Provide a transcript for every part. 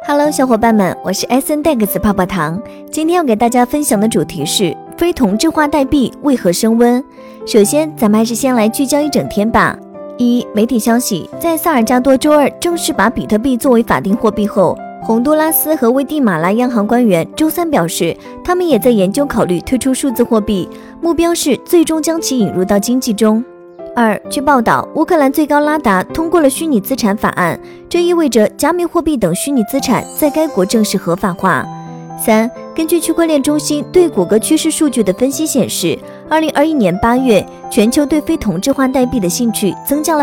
Hello， 小伙伴们，我是 SNDEX 泡泡糖。今天要给大家分享的主题是非同质化代币为何升温。首先，咱们还是先来聚焦一整天吧。媒体消息，在萨尔加多周二正式把比特币作为法定货币后，洪都拉斯和危地马拉央行官员周三表示，他们也在研究考虑推出数字货币，目标是最终将其引入到经济中。据报道，乌克兰最高拉达通过了虚拟资产法案，这意味着加密货币等虚拟资产在该国正式合法化。根据区块链中心对谷歌趋势数据的分析显示，2021年8月，全球对非同质化代币的兴趣增加了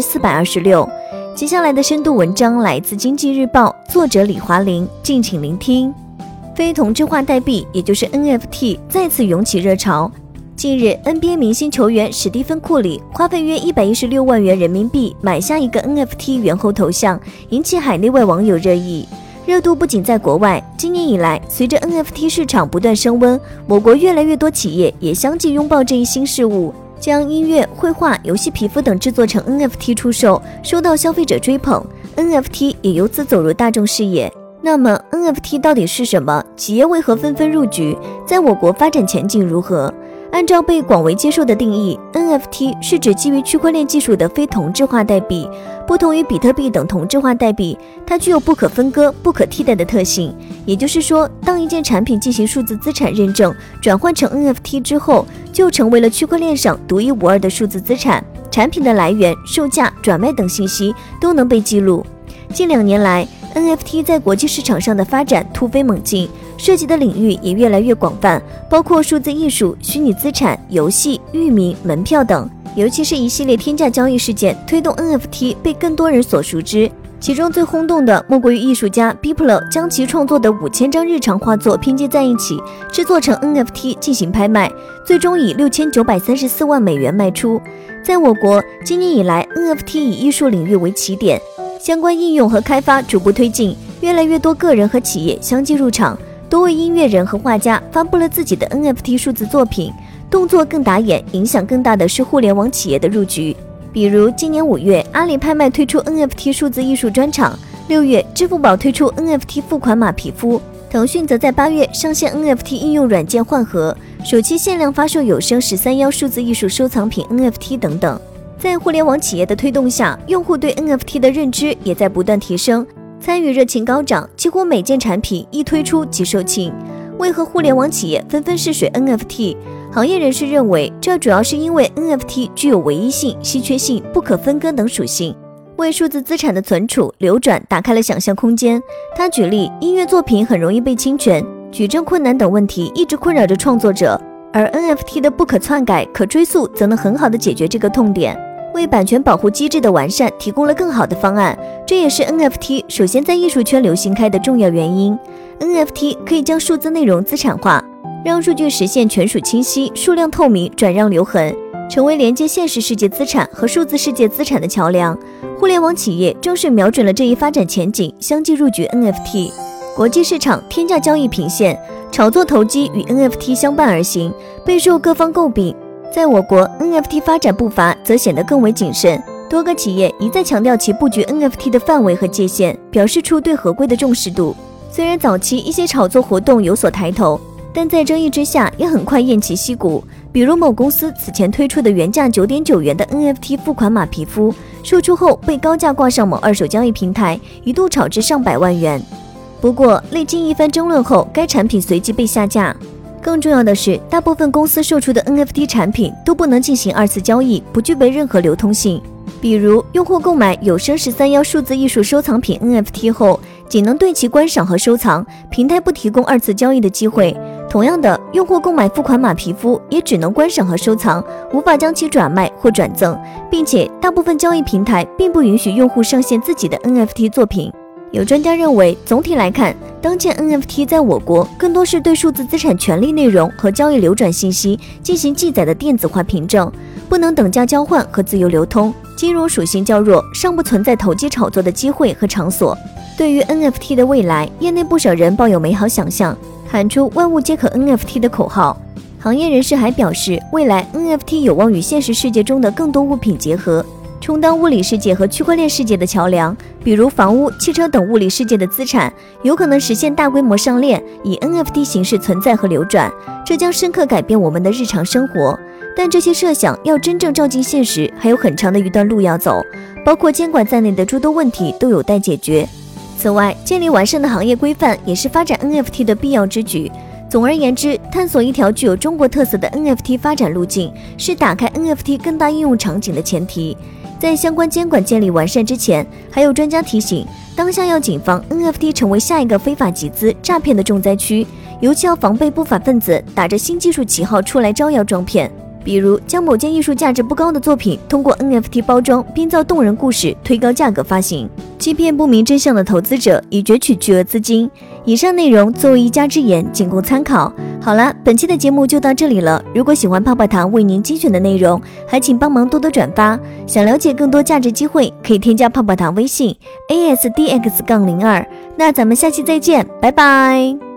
426%。接下来的深度文章来自经济日报，作者李华林，敬请聆听。非同质化代币，也就是 NFT 再次涌起热潮。近日 NBA 明星球员史蒂芬·库里花费约116万元人民币买下一个 NFT 猿猴头像，引起海内外网友热议。热度不仅在国外，今年以来，随着 NFT 市场不断升温，我国越来越多企业也相继拥抱这一新事物，将音乐、绘画、游戏皮肤等制作成 NFT 出售，受到消费者追捧， NFT 也由此走入大众视野。那么 NFT 到底是什么？企业为何纷纷入局？在我国发展前景如何？按照被广为接受的定义， NFT 是指基于区块链技术的非同质化代币。不同于比特币等同质化代币，它具有不可分割、不可替代的特性。也就是说，当一件产品进行数字资产认证，转换成 NFT 之后，就成为了区块链上独一无二的数字资产。产品的来源、售价、转卖等信息都能被记录。近2年来， NFT 在国际市场上的发展突飞猛进，涉及的领域也越来越广泛，包括数字艺术、虚拟资产、游戏、域名、门票等。尤其是一系列天价交易事件推动 NFT 被更多人所熟知，其中最轰动的莫过于艺术家 Biplo 将其创作的5000张日常画作拼接在一起，制作成 NFT 进行拍卖，最终以6934万美元卖出。在我国，今年以来 NFT 以艺术领域为起点，相关应用和开发逐步推进，越来越多个人和企业相继入场，多位音乐人和画家发布了自己的 NFT 数字作品。动作更打眼，影响更大的是互联网企业的入局。比如今年5月，阿里拍卖推出 NFT 数字艺术专场；6月，支付宝推出 NFT 付款码皮肤；腾讯则在8月上线 NFT 应用软件换盒，首期限量发售有声13+数字艺术收藏品 NFT 等等。在互联网企业的推动下，用户对 NFT 的认知也在不断提升，参与热情高涨，几乎每件产品一推出即售罄。为何互联网企业纷纷试水 NFT？ 行业人士认为，这主要是因为 NFT 具有唯一性、稀缺性、不可分割等属性，为数字资产的存储、流转打开了想象空间。他举例，音乐作品很容易被侵权、举证困难等问题一直困扰着创作者，而 NFT 的不可篡改、可追溯则能很好地解决这个痛点，为版权保护机制的完善提供了更好的方案。这也是 NFT 首先在艺术圈流行开的重要原因。NFT 可以将数字内容资产化，让数据实现权属清晰、数量透明、转让留痕，成为连接现实世界资产和数字世界资产的桥梁。互联网企业正是瞄准了这一发展前景，相继入局 NFT。国际市场天价交易频现，炒作投机与 NFT 相伴而行，备受各方诟病。在我国， NFT 发展步伐则显得更为谨慎，多个企业一再强调其布局 NFT 的范围和界限，表示出对合规的重视度。虽然早期一些炒作活动有所抬头，但在争议之下也很快偃旗息鼓。比如某公司此前推出的原价9.9元的 NFT 付款码皮肤，售出后被高价挂上某二手交易平台，一度炒至上百万元。不过历经一番争论后，该产品随即被下架。更重要的是，大部分公司售出的 NFT 产品都不能进行二次交易，不具备任何流通性。比如用户购买有声13+数字艺术收藏品 NFT 后，仅能对其观赏和收藏，平台不提供二次交易的机会。同样的，用户购买付款码皮肤也只能观赏和收藏，无法将其转卖或转赠，并且大部分交易平台并不允许用户上线自己的 NFT 作品。有专家认为，总体来看，当前 NFT 在我国更多是对数字资产权利内容和交易流转信息进行记载的电子化凭证，不能等价交换和自由流通，金融属性较弱，尚不存在投机炒作的机会和场所。对于 NFT 的未来，业内不少人抱有美好想象，喊出万物皆可 NFT 的口号。行业人士还表示，未来 NFT 有望与现实世界中的更多物品结合， 充当物理世界和区块链世界的桥梁。比如房屋、汽车等物理世界的资产，有可能实现大规模上链，以 NFT 形式存在和流转，这将深刻改变我们的日常生活。但这些设想要真正照进现实，还有很长的一段路要走，包括监管在内的诸多问题都有待解决。此外，建立完善的行业规范也是发展 NFT 的必要之举。总而言之，探索一条具有中国特色的 NFT 发展路径，是打开 NFT 更大应用场景的前提。在相关监管建立完善之前，还有专家提醒，当下要谨防 NFT 成为下一个非法集资、诈骗的重灾区，尤其要防备不法分子打着新技术旗号出来招摇撞骗。比如将某件艺术价值不高的作品通过 NFT 包装，编造动人故事，推高价格发行，欺骗不明真相的投资者，以攫取巨额资金。以上内容作为一家之言，仅供参考。好了，本期的节目就到这里了。如果喜欢泡泡糖为您精选的内容，还请帮忙多多转发。想了解更多价值机会，可以添加泡泡糖微信 ASDX-02。那咱们下期再见，拜拜。